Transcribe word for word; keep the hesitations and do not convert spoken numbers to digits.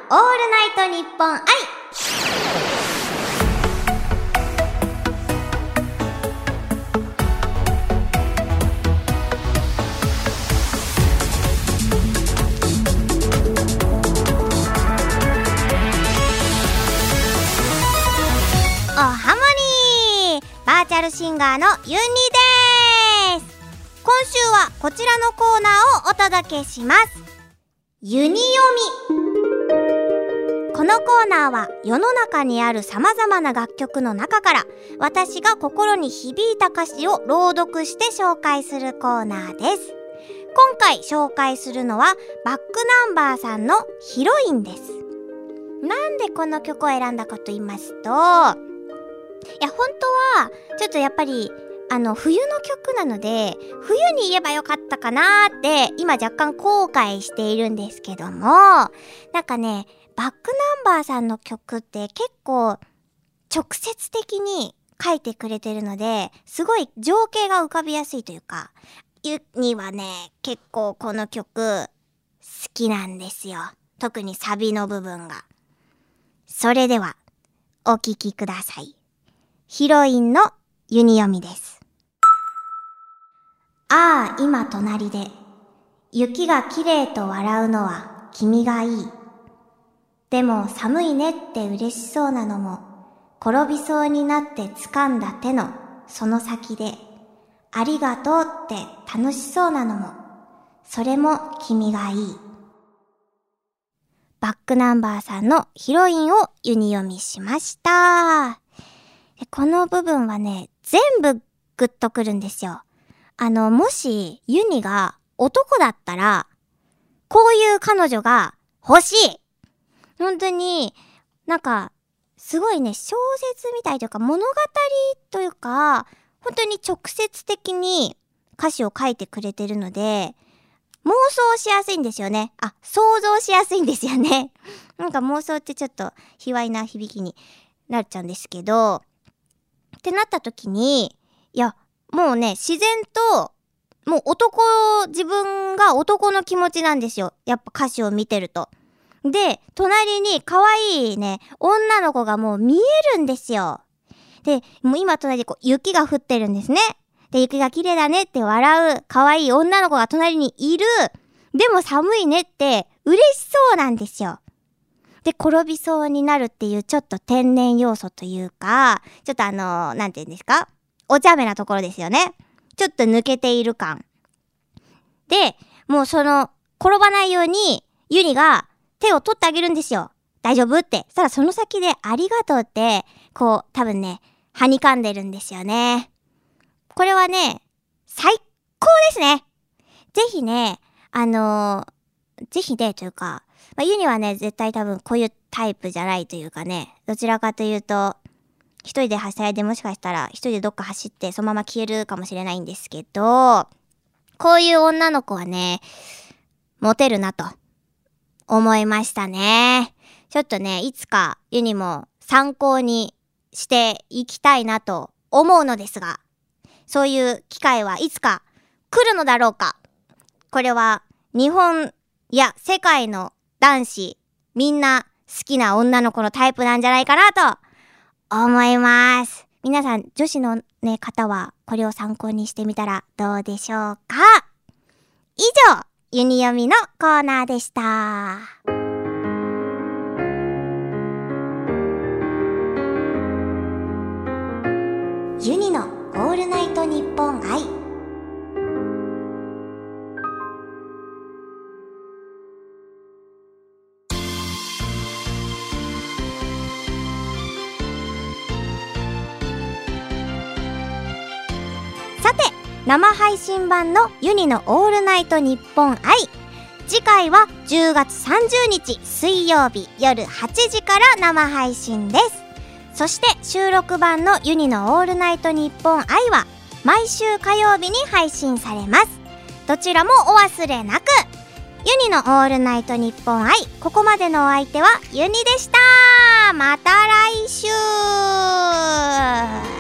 オールナイトニッポン愛。おハモニー、バーチャルシンガーのユニです。今週はこちらのコーナーをお届けします。ユニ読み。このコーナーは世の中にある様々な楽曲の中から私が心に響いた歌詞を朗読して紹介するコーナーです。今回紹介するのはバックナンバーさんのヒロインです。なんでこの曲を選んだかと言いますと、いや本当はちょっとやっぱりあの冬の曲なので冬に言えばよかったかなーって今若干後悔しているんですけども、なんかねバックナンバーさんの曲って結構直接的に書いてくれてるので、すごい情景が浮かびやすいというか、ユニはね結構この曲好きなんですよ。特にサビの部分が。それではお聴きください。ヒロインのユニ読みです。ああ今隣で雪が綺麗と笑うのは君がいい。でも寒いねって嬉しそうなのも、転びそうになって掴んだ手のその先で、ありがとうって楽しそうなのも、それも君がいい。バックナンバーさんのヒロインをユニ読みしました。でこの部分はね、全部グッとくるんですよ。あの、もしユニが男だったら、こういう彼女が欲しい。本当になんかすごいね、小説みたいというか物語というか、本当に直接的に歌詞を書いてくれてるので妄想しやすいんですよね。あ、想像しやすいんですよね。なんか妄想ってちょっと卑猥な響きになっちゃうんですけど、ってなった時に、いやもうね自然ともう男、自分が男の気持ちなんですよ。やっぱ歌詞を見てると。で、隣に可愛いね、女の子がもう見えるんですよ。で、もう今隣でこう雪が降ってるんですね。で、雪が綺麗だねって笑う可愛い女の子が隣にいる。でも寒いねって嬉しそうなんですよ。で、転びそうになるっていうちょっと天然要素というか、ちょっとあのー、なんて言うんですか？お茶目なところですよね。ちょっと抜けている感。で、もうその、転ばないように、ユニが手を取ってあげるんですよ。大丈夫って。そしたらその先でありがとうって、こう、多分ね、はにかんでるんですよね。これはね、最高ですね。ぜひね、あのー、ぜひね、というか、まあ、ユニはね、絶対多分こういうタイプじゃないというかね、どちらかというと、一人ではしゃいでもしかしたら一人でどっか走ってそのまま消えるかもしれないんですけど、こういう女の子はね、モテるなと思いましたね。ちょっとね、いつかユニも参考にしていきたいなと思うのですが、そういう機会はいつか来るのだろうか。これは日本や世界の男子みんな好きな女の子のタイプなんじゃないかなと思います。皆さん女子のね方はこれを参考にしてみたらどうでしょうか。以上、ユニ読みのコーナーでした。ユニのオールナイトニッポン愛。さて、生配信版のユニのオールナイトニッポン愛。次回はじゅうがつさんじゅうにち水曜日夜はちじから生配信です。そして収録版のユニのオールナイトニッポン愛は毎週火曜日に配信されます。どちらもお忘れなく。ユニのオールナイトニッポン愛、ここまでのお相手はユニでした。また来週。